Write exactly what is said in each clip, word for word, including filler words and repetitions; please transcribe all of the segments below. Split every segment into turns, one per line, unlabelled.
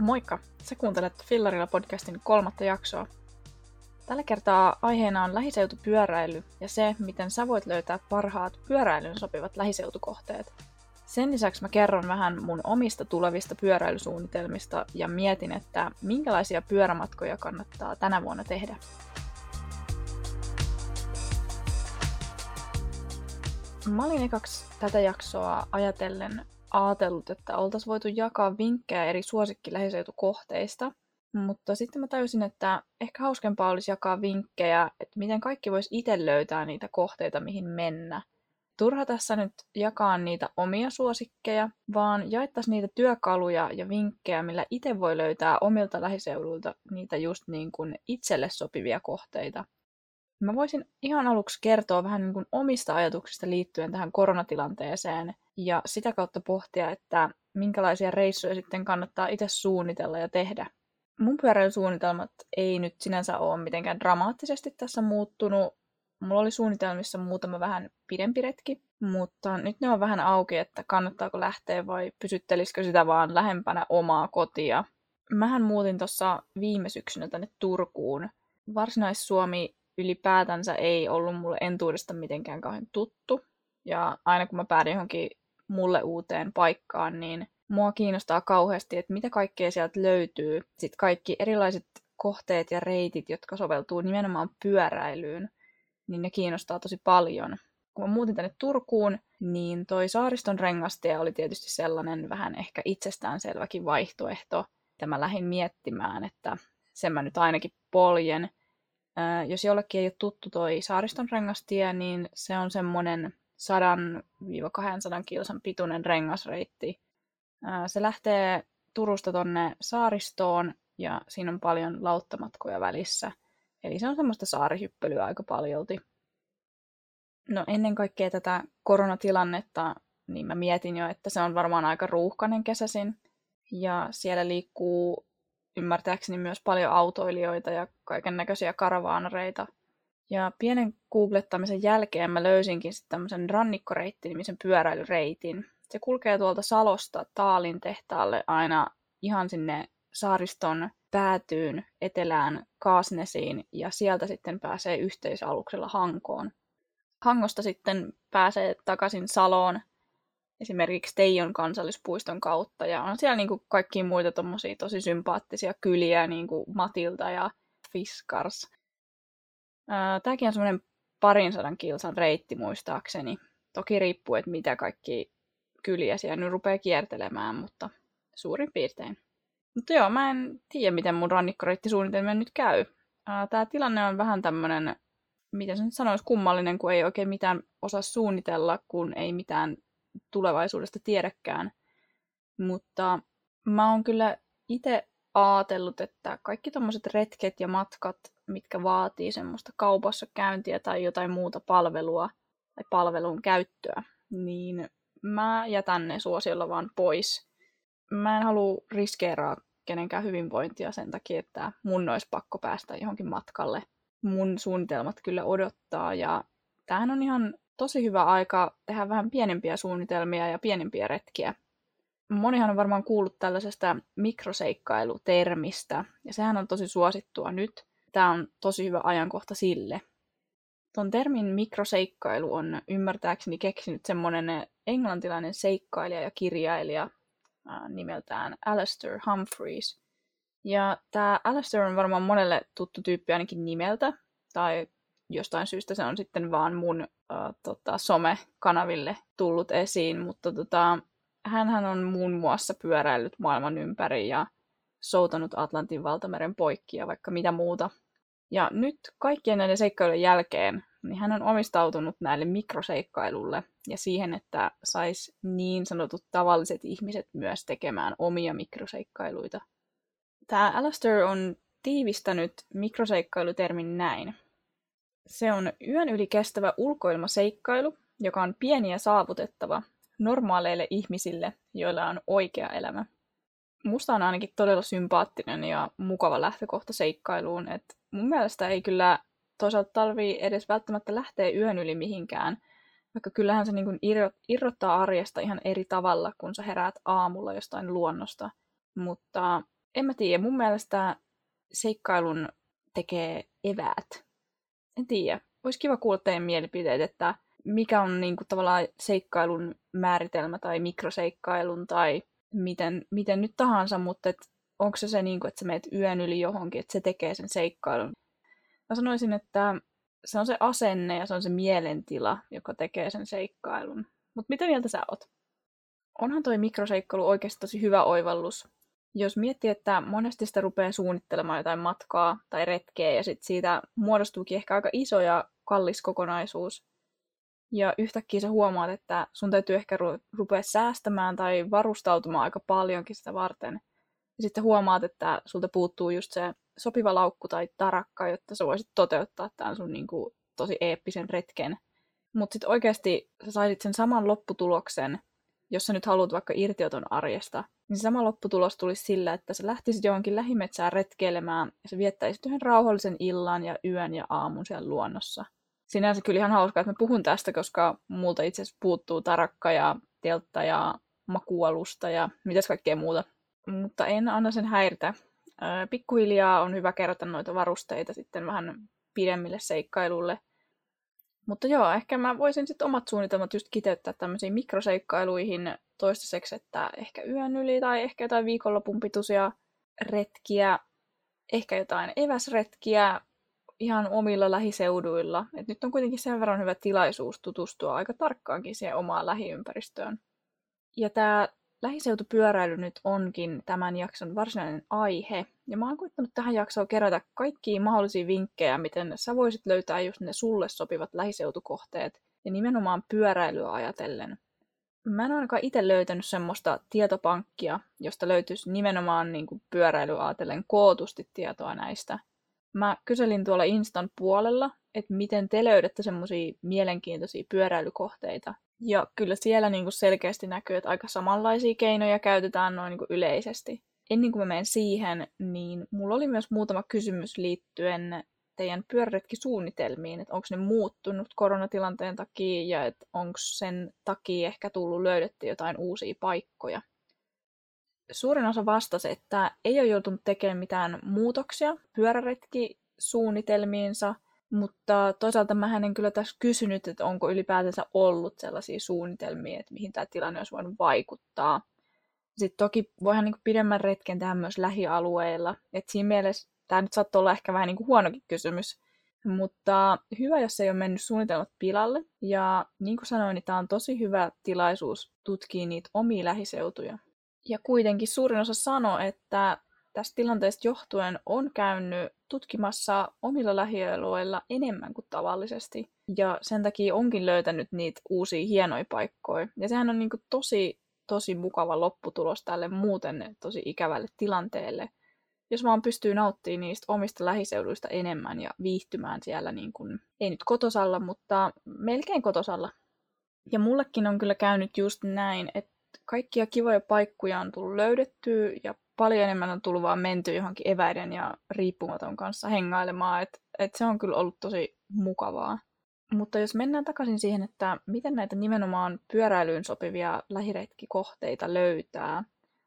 Moikka! Sä kuuntelet Fillarilla podcastin kolmatta jaksoa. Tällä kertaa aiheena on lähiseutupyöräily ja se, miten sä voit löytää parhaat pyöräilyyn sopivat lähiseutukohteet. Sen lisäksi mä kerron vähän mun omista tulevista pyöräilysuunnitelmista ja mietin, että minkälaisia pyörämatkoja kannattaa tänä vuonna tehdä. Mä olin ekaksi tätä jaksoa ajatellen ajatellut, että oltaisiin voitu jakaa vinkkejä eri suosikkilähiseutukohteista, mutta sitten mä tajusin, että ehkä hauskempaa olisi jakaa vinkkejä, että miten kaikki vois itse löytää niitä kohteita, mihin mennä. Turha tässä nyt jakaa niitä omia suosikkeja, vaan jaettaisiin niitä työkaluja ja vinkkejä, millä itse voi löytää omilta lähiseudulta niitä just niin kuin itselle sopivia kohteita. Mä voisin ihan aluksi kertoa vähän niin kuin omista ajatuksista liittyen tähän koronatilanteeseen ja sitä kautta pohtia, että minkälaisia reissuja sitten kannattaa itse suunnitella ja tehdä. Mun pyöräilysuunnitelmat ei nyt sinänsä ole mitenkään dramaattisesti tässä muuttunut. Mulla oli suunnitelmissa muutama vähän pidempi retki, mutta nyt ne on vähän auki, että kannattaako lähteä vai pysyttelisikö sitä vaan lähempänä omaa kotia. Mähän muutin tuossa viime syksynä tänne Turkuun. Varsinais-Suomi ylipäätänsä ei ollut mulle entuudesta mitenkään kauhean tuttu. Ja aina kun mä päädyin johonkin mulle uuteen paikkaan, niin mua kiinnostaa kauheasti, että mitä kaikkea sieltä löytyy. Sitten kaikki erilaiset kohteet ja reitit, jotka soveltuu nimenomaan pyöräilyyn, niin ne kiinnostaa tosi paljon. Kun mä muutin tänne Turkuun, niin toi Saariston rengastie oli tietysti sellainen vähän ehkä itsestäänselväkin vaihtoehto, mitä mä lähdin miettimään, että sen mä nyt ainakin poljen. Ää, jos jollekin ei ole tuttu toi Saariston rengastie, niin se on semmoinen sata kaksisataa kilsan pituinen rengasreitti. Ää, se lähtee Turusta tonne Saaristoon ja siinä on paljon lauttamatkoja välissä. Eli se on semmoista saarihyppelyä aika paljolti. No ennen kaikkea tätä koronatilannetta, niin mä mietin jo, että se on varmaan aika ruuhkainen kesäisin. Ja siellä liikkuu ymmärtääkseni myös paljon autoilijoita ja kaiken näköisiä karavaanareita. Ja pienen googlettamisen jälkeen mä löysinkin sitten tämmöisen rannikkoreitti-nimisen pyöräilyreitin. Se kulkee tuolta Salosta Taalin tehtaalle aina ihan sinne Saariston päätyyn etelään Kaasnesiin ja sieltä sitten pääsee yhteisaluksella Hankoon. Hangosta sitten pääsee takaisin Saloon esimerkiksi Teijon kansallispuiston kautta ja on siellä niinku kaikkia muita tommosia tosi sympaattisia kyliä niinku Matilda ja Fiskars. Tämäkin on semmoinen parin sadan kilsan reitti muistaakseni. Toki riippuu, että mitä kaikki kyliä siellä nyt rupeaa kiertelemään, mutta suurin piirtein. Mutta joo, mä en tiedä, miten mun rannikkoreittisuunnitelma nyt käy. Tämä tilanne on vähän tämmöinen, miten se nyt sanoisi, kummallinen, kun ei oikein mitään osaa suunnitella, kun ei mitään tulevaisuudesta tiedäkään. Mutta mä oon kyllä itse ajatellut, että kaikki tommoset retket ja matkat, mitkä vaatii semmoista kaupassa käyntiä tai jotain muuta palvelua tai palvelun käyttöä, niin mä jätän ne suosiolla vaan pois. Mä en halua riskeeraa kenenkään hyvinvointia sen takia, että mun olisi pakko päästä johonkin matkalle. Mun suunnitelmat kyllä odottaa ja tämähän on ihan tosi hyvä aika tehdä vähän pienempiä suunnitelmia ja pienempiä retkiä. Monihan on varmaan kuullut tällaisesta mikroseikkailutermistä ja sehän on tosi suosittua nyt. Tämä on tosi hyvä ajankohta sille. Ton termin mikroseikkailu on ymmärtääkseni keksinyt semmoinen englantilainen seikkailija ja kirjailija nimeltään Alastair Humphreys. Ja tämä Alastair on varmaan monelle tuttu tyyppi ainakin nimeltä, tai jostain syystä se on sitten vaan mun äh, tota, some-kanaville tullut esiin, mutta tota, hänhän on muun muassa pyöräillyt maailman ympäri ja soutanut Atlantin valtameren poikki ja vaikka mitä muuta. Ja nyt kaikkien näiden seikkailujen jälkeen niin hän on omistautunut näille mikroseikkailulle ja siihen, että sais niin sanotut tavalliset ihmiset myös tekemään omia mikroseikkailuita. Tämä Alastair on tiivistänyt mikroseikkailutermin näin. Se on yön yli kestävä ulkoilmaseikkailu, joka on pieni ja saavutettava normaaleille ihmisille, joilla on oikea elämä. Musta on ainakin todella sympaattinen ja mukava lähtökohta seikkailuun, että mun mielestä ei kyllä toisaalta tarvii edes välttämättä lähteä yön yli mihinkään, vaikka kyllähän se niin kuin irrottaa arjesta ihan eri tavalla, kun sä heräät aamulla jostain luonnosta. Mutta En mä tiedä, mun mielestä seikkailun tekee eväät. En tiedä. Olisi kiva kuulla teidän mielipiteet, että mikä on niinku tavallaan seikkailun määritelmä tai mikroseikkailun tai miten, miten nyt tahansa, mutta et onko se se, niinku, että sä meet yön yli johonkin, että se tekee sen seikkailun. Mä sanoisin, että se on se asenne ja se on se mielentila, joka tekee sen seikkailun. Mutta mitä mieltä sä oot? Onhan toi mikroseikkailu oikeasti tosi hyvä oivallus. Jos miettii, että monesti sitä rupeaa suunnittelemaan jotain matkaa tai retkeä ja sit siitä muodostuukin ehkä aika iso ja kallis kokonaisuus. Ja yhtäkkiä sä huomaat, että sun täytyy ehkä ru- rupea säästämään tai varustautumaan aika paljonkin sitä varten. Ja sitten huomaat, että sulta puuttuu just se sopiva laukku tai tarakka, jotta sä voisit toteuttaa tämän sun niin kuin, tosi eeppisen retken. Mutta sitten oikeasti sä saisit sen saman lopputuloksen, jos sä nyt haluat vaikka irtioton arjesta, niin sama lopputulos tulisi sillä, että sä lähtisit johonkin lähimetsään retkeilemään ja sä viettäisit yhden rauhallisen illan ja yön ja aamun siellä luonnossa. Sinänsä kyllä ihan hauskaa, että mä puhun tästä, koska multa itse asiassa puuttuu tarakka ja teltta ja makualusta ja mitäs kaikkea muuta. Mutta en anna sen häiritä. Pikkuhiljaa on hyvä kerätä noita varusteita sitten vähän pidemmille seikkailulle. Mutta joo, ehkä mä voisin sitten omat suunnitelmat just kiteyttää tämmöisiin mikroseikkailuihin toistaiseksi, että ehkä yön yli tai ehkä jotain viikonlopun pituisia retkiä, ehkä jotain eväsretkiä ihan omilla lähiseuduilla. Et nyt on kuitenkin sen verran hyvä tilaisuus tutustua aika tarkkaankin siihen omaan lähiympäristöön. Ja tämä lähiseutupyöräily nyt onkin tämän jakson varsinainen aihe. Ja mä oon koittanut tähän jaksoon kerätä kaikkia mahdollisia vinkkejä, miten sä voisit löytää just ne sulle sopivat lähiseutukohteet. Ja nimenomaan pyöräilyä ajatellen. Mä en ainakaan itse löytänyt semmoista tietopankkia, josta löytyisi nimenomaan niin kuin pyöräilyä ajatellen kootusti tietoa näistä. Mä kyselin tuolla Instan puolella, että miten te löydätte semmoisia mielenkiintoisia pyöräilykohteita. Ja kyllä siellä niinku selkeästi näkyy, että aika samanlaisia keinoja käytetään noin niinku yleisesti. Ennen kuin mä menen siihen, niin mulla oli myös muutama kysymys liittyen teidän pyöräretkisuunnitelmiin, että onko ne muuttunut koronatilanteen takia ja että onko sen takia ehkä tullut löydetty jotain uusia paikkoja. Suurin osa vastasi, että ei ole joutunut tekemään mitään muutoksia pyöräretkisuunnitelmiinsa, mutta toisaalta mä en kyllä tässä kysynyt, että onko ylipäätänsä ollut sellaisia suunnitelmia, että mihin tämä tilanne olisi voinut vaikuttaa. Sitten toki voihan niin pidemmän retken tehdä myös lähialueilla. Et siinä mielessä tämä nyt saattaa olla ehkä vähän niin kuin huonokin kysymys. Mutta hyvä, jos ei ole mennyt suunnitelmat pilalle. Ja niin kuin sanoin, niin tämä on tosi hyvä tilaisuus tutkia niitä omia lähiseutuja. Ja kuitenkin suurin osa sanoi, että tästä tilanteesta johtuen on käynyt tutkimassa omilla lähialueilla enemmän kuin tavallisesti. Ja sen takia onkin löytänyt niitä uusia hienoja paikkoja. Ja sehän on niinku tosi, tosi mukava lopputulos tälle muuten tosi ikävälle tilanteelle. Jos vaan pystyy nauttimaan niistä omista lähiseuduista enemmän ja viihtymään siellä, niin kuin, ei nyt kotosalla, mutta melkein kotosalla. Ja mullekin on kyllä käynyt just näin, että kaikkia kivoja paikkoja on tullut löydettyä ja paljon enemmän on tullut vaan menty johonkin eväiden ja riippumaton kanssa hengailemaan, että et se on kyllä ollut tosi mukavaa. Mutta jos mennään takaisin siihen, että miten näitä nimenomaan pyöräilyyn sopivia lähiretkikohteita löytää.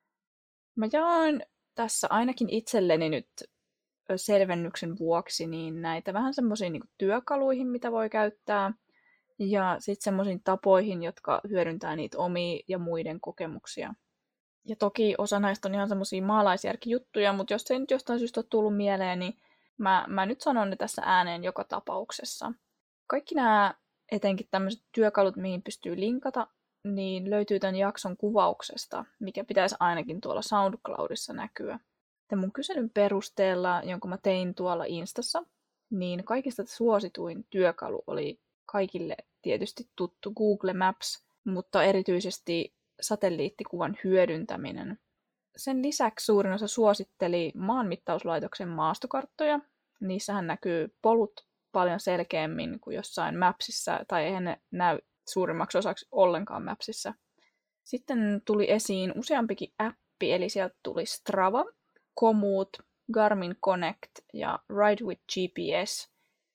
Mä jaoin tässä ainakin itselleni nyt selvennyksen vuoksi niin näitä vähän semmoisiin niin kuin työkaluihin, mitä voi käyttää, ja sitten semmoisiin tapoihin, jotka hyödyntää niitä omia ja muiden kokemuksia. Ja toki osa näistä on ihan semmoisia maalaisjärkijuttuja, mutta jos se ei nyt jostain syystä ole tullut mieleen, niin mä, mä nyt sanon ne tässä ääneen joka tapauksessa. Kaikki nämä etenkin tämmöiset työkalut, mihin pystyy linkata, niin löytyy tämän jakson kuvauksesta, mikä pitäisi ainakin tuolla SoundCloudissa näkyä. Tämän mun kyselyn perusteella, jonka mä tein tuolla Instassa, niin kaikista suosituin työkalu oli kaikille tietysti tuttu Google Maps, mutta erityisesti satelliittikuvan hyödyntäminen. Sen lisäksi suurin osa suositteli maanmittauslaitoksen maastokarttoja. Niissähän näkyy polut paljon selkeämmin kuin jossain Mapsissa, tai eihän ne näy suurimmaksi osaksi ollenkaan Mapsissa. Sitten tuli esiin useampikin appi, eli sieltä tuli Strava, Komoot, Garmin Connect ja Ride with G P S.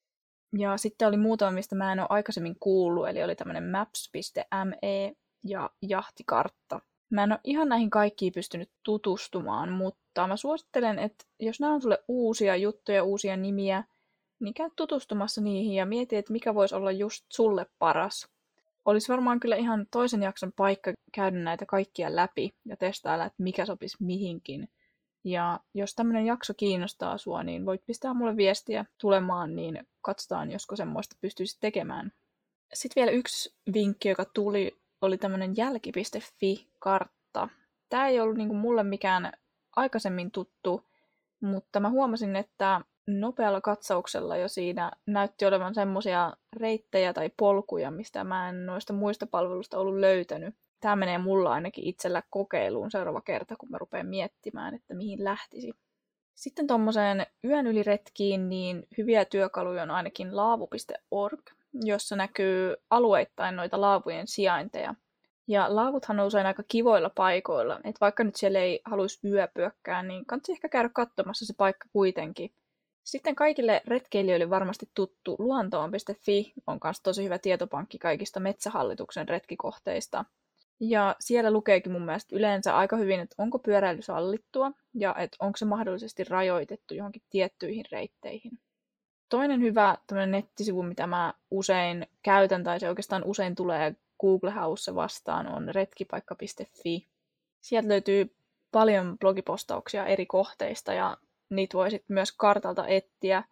Ja sitten oli muutama, mistä mä en ole aikaisemmin kuullut, eli oli tämmöinen maps piste me ja jahtikartta. Mä en ole ihan näihin kaikkiin pystynyt tutustumaan, mutta mä suosittelen, että jos nämä on sulle uusia juttuja, uusia nimiä, niin käy tutustumassa niihin ja mieti, että mikä voisi olla just sulle paras. Olisi varmaan kyllä ihan toisen jakson paikka käydä näitä kaikkia läpi ja testailla, että mikä sopisi mihinkin. Ja jos tämmöinen jakso kiinnostaa sua, niin voit pistää mulle viestiä tulemaan, niin katsotaan, josko semmoista pystyisi tekemään. Sitten vielä yksi vinkki, joka tuli, oli tämmöinen jälki piste fi-kartta. Tämä ei ollut niinku mulle mikään aikaisemmin tuttu, mutta mä huomasin, että nopealla katsauksella jo siinä näytti olevan semmoisia reittejä tai polkuja, mistä mä en noista muista palveluista ollut löytänyt. Tämä menee mulla ainakin itsellä kokeiluun seuraava kerta, kun mä rupean miettimään, että mihin lähtisi. Sitten tuommoiseen yön yli retkiin, niin hyviä työkaluja on ainakin laavu piste org, jossa näkyy alueittain noita laavujen sijainteja. Ja laavuthan on usein aika kivoilla paikoilla, että vaikka nyt siellä ei haluaisi yöpyökkää, niin kannattaa ehkä käydä katsomassa se paikka kuitenkin. Sitten kaikille retkeilijöille varmasti tuttu luontoon piste fi on myös tosi hyvä tietopankki kaikista Metsähallituksen retkikohteista. Ja siellä lukeekin mun mielestä yleensä aika hyvin, että onko pyöräily sallittua ja että onko se mahdollisesti rajoitettu johonkin tiettyihin reitteihin. Toinen hyvä nettisivu, mitä mä usein käytän tai se oikeastaan usein tulee Google Haussa vastaan, on retkipaikka piste fi. Sieltä löytyy paljon blogipostauksia eri kohteista ja niitä voi sitten myös kartalta etsiä.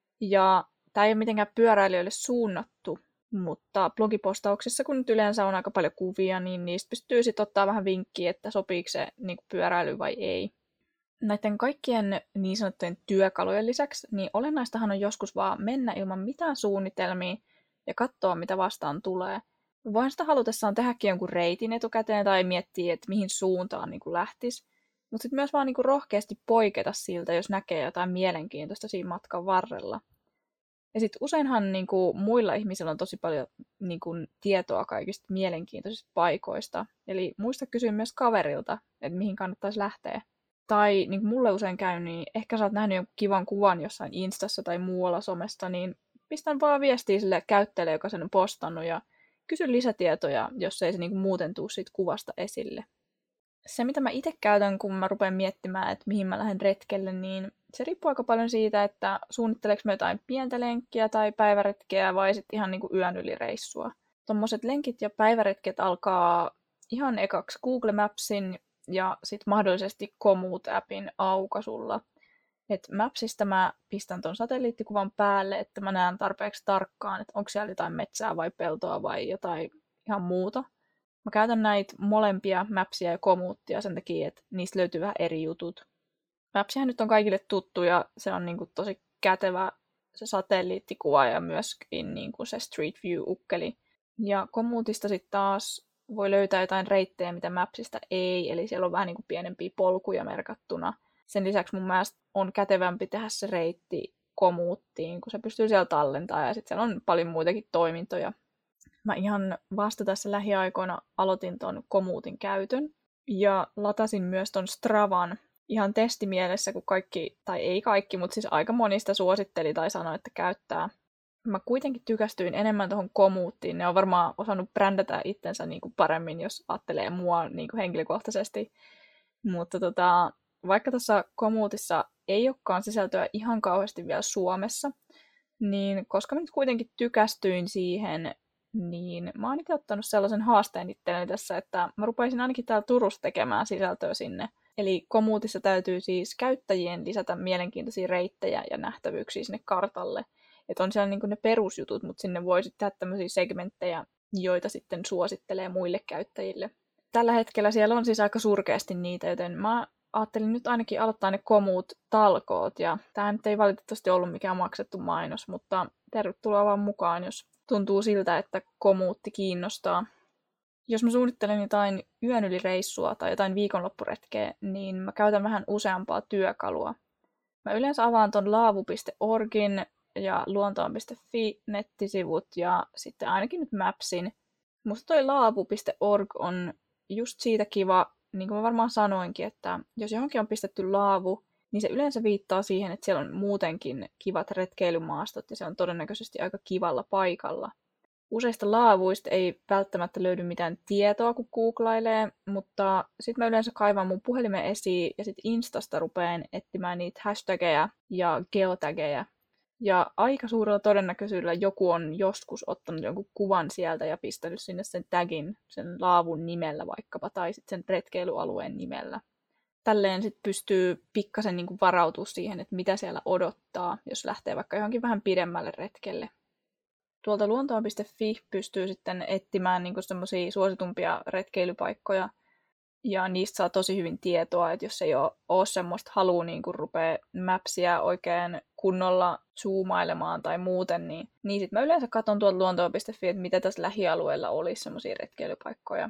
Ja tämä ei ole mitenkään pyöräilijöille suunnattu, mutta blogipostauksissa, kun nyt yleensä on aika paljon kuvia, niin niistä pystyy sitten ottaa vähän vinkkiä, että sopiiko se niin kuin pyöräily vai ei. Näiden kaikkien niin sanottujen työkalujen lisäksi, niin olennaistahan on joskus vaan mennä ilman mitään suunnitelmia ja katsoa, mitä vastaan tulee. Voin sitä halutessaan tehdäkin jonkun reitin etukäteen tai miettiä, että mihin suuntaan niin kuin lähtisi. Mutta sitten myös vaan niin kuin rohkeasti poiketa siltä, jos näkee jotain mielenkiintoista siinä matkan varrella. Ja sitten useinhan niin kuin, muilla ihmisillä on tosi paljon niin kuin, tietoa kaikista mielenkiintoisista paikoista. Eli muista kysyä myös kaverilta, että mihin kannattaisi lähteä. Tai niin kuin mulle usein käy, niin ehkä sä oot nähnyt jonkun kivan kuvan jossain Instassa tai muualla somesta, niin pistän vaan viestiä sille käyttäjälle, joka sen on postannut, ja kysy lisätietoja, jos ei se niin kuin muuten tule siitä kuvasta esille. Se, mitä mä itse käytän, kun mä rupean miettimään, että mihin mä lähden retkelle, niin se riippuu aika paljon siitä, että suunnitteleeko mä jotain pientä lenkkiä tai päiväretkeä vai sitten ihan niin kuin yön yli reissua. Tommoset lenkit ja päiväretket alkaa ihan ekaksi Google Mapsin ja sitten mahdollisesti Komoot-appin aukaisulla. Et Mapsista mä pistän ton satelliittikuvan päälle, että mä näen tarpeeksi tarkkaan, että onko siellä jotain metsää vai peltoa vai jotain ihan muuta. Mä käytän näitä molempia, Mapsia ja Komootia, sen takia, että niistä löytyy vähän eri jutut. Mapsihan nyt on kaikille tuttu ja se on niinku tosi kätevä se satelliittikuva ja myöskin niinku se Street View-ukkeli. Ja Komootista sitten taas voi löytää jotain reittejä, mitä Mapsista ei, eli siellä on vähän niinku pienempiä polkuja merkattuna. Sen lisäksi mun mielestä on kätevämpi tehdä se reitti Komootiin, kun se pystyy siellä tallentamaan ja sitten siellä on paljon muitakin toimintoja. Mä ihan vasta tässä lähiaikoina aloitin ton Komootin käytön ja latasin myös ton Stravan ihan testimielessä, kun kaikki, tai ei kaikki, mutta siis aika monista suositteli tai sanoi, että käyttää. Mä kuitenkin tykästyin enemmän tuohon Komootiin. Ne on varmaan osannut brändätä itsensä niin kuin paremmin, jos ajattelee mua niin kuin henkilökohtaisesti. Mutta tota, vaikka tuossa Komootissa ei olekaan sisältöä ihan kauheasti vielä Suomessa, niin koska mä nyt kuitenkin tykästyin siihen, niin mä oon itse ottanut sellaisen haasteen itselleni tässä, että mä rupaisin ainakin täällä Turussa tekemään sisältöä sinne. Eli Komootissa täytyy siis käyttäjien lisätä mielenkiintoisia reittejä ja nähtävyyksiä sinne kartalle. Että on siellä niin kuin ne perusjutut, mutta sinne voi sitten tehdä tämmöisiä segmenttejä, joita sitten suosittelee muille käyttäjille. Tällä hetkellä siellä on siis aika surkeasti niitä, joten mä ajattelin nyt ainakin aloittaa ne Komoot-talkoot. Ja tämä nyt ei valitettavasti ollut mikään maksettu mainos, mutta tervetuloa vaan mukaan, jos tuntuu siltä, että Komootti kiinnostaa. Jos mä suunnittelen jotain yön yli reissua tai jotain viikonloppuretkeä, niin mä käytän vähän useampaa työkalua. Mä yleensä avaan ton laavu piste orgin ja luontoon piste fi nettisivut ja sitten ainakin nyt Mapsin. Musta toi laavu piste org on just siitä kiva, niin kuin mä varmaan sanoinkin, että jos johonkin on pistetty laavu, niin se yleensä viittaa siihen, että siellä on muutenkin kivat retkeilymaastot ja se on todennäköisesti aika kivalla paikalla. Useista laavuista ei välttämättä löydy mitään tietoa, kun googlailee, mutta sitten mä yleensä kaivan mun puhelimen esiin ja sitten Instasta rupeen etsimään niitä hashtageja ja geotageja. Ja aika suurella todennäköisyydellä joku on joskus ottanut jonkun kuvan sieltä ja pistänyt sinne sen tagin, sen laavun nimellä vaikkapa, tai sitten sen retkeilyalueen nimellä. Tälleen sitten pystyy pikkasen niinku varautua siihen, että mitä siellä odottaa, jos lähtee vaikka johonkin vähän pidemmälle retkelle. Tuolta luontoa piste fi pystyy sitten etsimään niinku semmoisia suositumpia retkeilypaikkoja, ja niistä saa tosi hyvin tietoa, että jos ei ole, ole semmoista halua niinku rupea mapsia oikein kunnolla zoomailemaan tai muuten, niin, niin sitten mä yleensä katson tuolta luontoa piste fi, että mitä tässä lähialueella olisi semmoisia retkeilypaikkoja.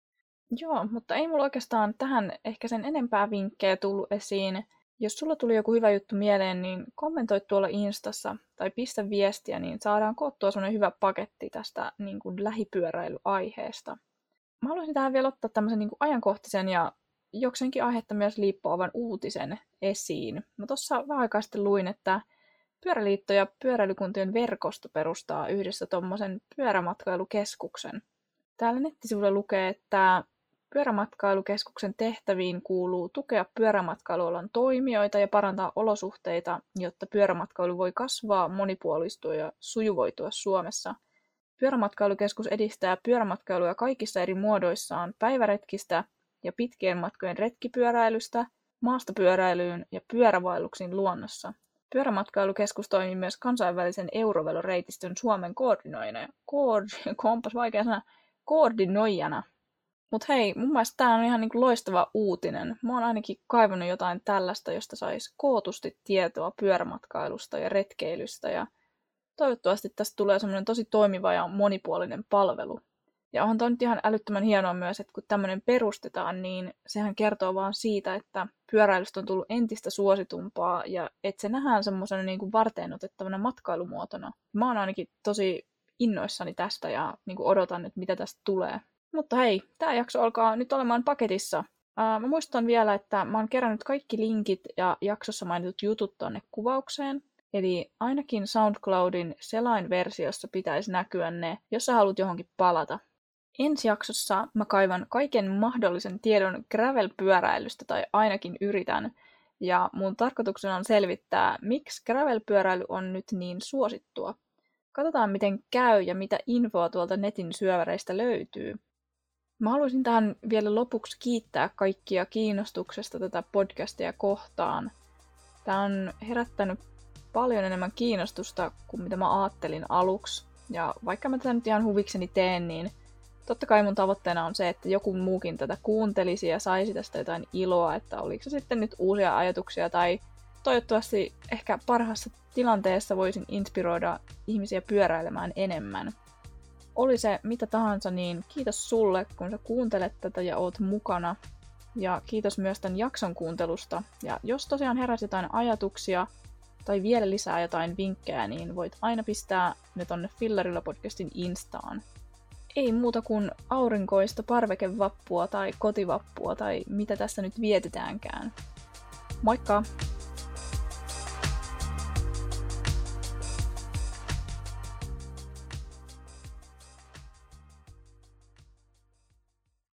Joo, mutta ei mulla oikeastaan tähän ehkä sen enempää vinkkejä tullut esiin. Jos sulla tuli joku hyvä juttu mieleen, niin kommentoi tuolla Instassa tai pistä viestiä, niin saadaan koottua semmoinen hyvä paketti tästä niin kuin lähipyöräilyaiheesta. Mä haluaisin tähän vielä ottaa tämmöisen niin kuin ajankohtaisen ja jokseenkin aihetta myös liippuavan uutisen esiin. Mä tuossa vähän aikaa sitten luin, että Pyöräliitto ja pyöräilykuntien verkosto perustaa yhdessä tommosen pyörämatkailukeskuksen. Täällä nettisivuilla lukee, että pyörämatkailukeskuksen tehtäviin kuuluu tukea pyörämatkailualan toimijoita ja parantaa olosuhteita, jotta pyörämatkailu voi kasvaa, monipuolistua ja sujuvoitua Suomessa. Pyörämatkailukeskus edistää pyörämatkailua kaikissa eri muodoissaan päiväretkistä ja pitkien matkojen retkipyöräilystä, maastopyöräilyyn ja pyörävaelluksiin luonnossa. Pyörämatkailukeskus toimii myös kansainvälisen Eurovelo-reitistön Suomen koordinoijana. Koord- Kompas vaikea sana. Koordinoijana. Mut hei, mun mielestä tää on ihan niinku loistava uutinen. Mä oon ainakin kaivannut jotain tällaista, josta sais kootusti tietoa pyörämatkailusta ja retkeilystä. Ja toivottavasti tästä tulee semmoinen tosi toimiva ja monipuolinen palvelu. Ja onhan toi nyt ihan älyttömän hienoa myös, että kun tämmöinen perustetaan, niin sehän kertoo vaan siitä, että pyöräilystä on tullut entistä suositumpaa ja että se nähdään semmoisena niin kuin varteenotettavana matkailumuotona. Mä oon ainakin tosi innoissani tästä ja niin kuin odotan, että mitä tästä tulee. Mutta hei, tää jakso alkaa nyt olemaan paketissa. Ää, mä muistan vielä, että mä oon kerännyt kaikki linkit ja jaksossa mainitut jutut tonne kuvaukseen. Eli ainakin SoundCloudin selainversiossa pitäisi näkyä ne, jos sä haluat johonkin palata. Ensi jaksossa mä kaivan kaiken mahdollisen tiedon gravel-pyöräilystä, tai ainakin yritän. Ja mun tarkoituksena on selvittää, miksi gravel-pyöräily on nyt niin suosittua. Katsotaan miten käy ja mitä infoa tuolta netin syöväreistä löytyy. Mä haluaisin tähän vielä lopuksi kiittää kaikkia kiinnostuksesta tätä podcastia kohtaan. Tää on herättänyt paljon enemmän kiinnostusta kuin mitä mä ajattelin aluksi. Ja vaikka mä tätä nyt ihan huvikseni teen, niin totta kai mun tavoitteena on se, että joku muukin tätä kuuntelisi ja saisi tästä jotain iloa, että oliko se sitten nyt uusia ajatuksia tai toivottavasti ehkä parhaassa tilanteessa voisin inspiroida ihmisiä pyöräilemään enemmän. Oli se mitä tahansa, niin kiitos sulle, kun sä kuuntelet tätä ja oot mukana. Ja kiitos myös tämän jakson kuuntelusta. Ja jos tosiaan heräsi jotain ajatuksia tai vielä lisää jotain vinkkejä, niin voit aina pistää ne tonne Fillarilla podcastin Instaan. Ei muuta kuin aurinkoista parvekevappua tai kotivappua tai mitä tässä nyt vietetäänkään. Moikka!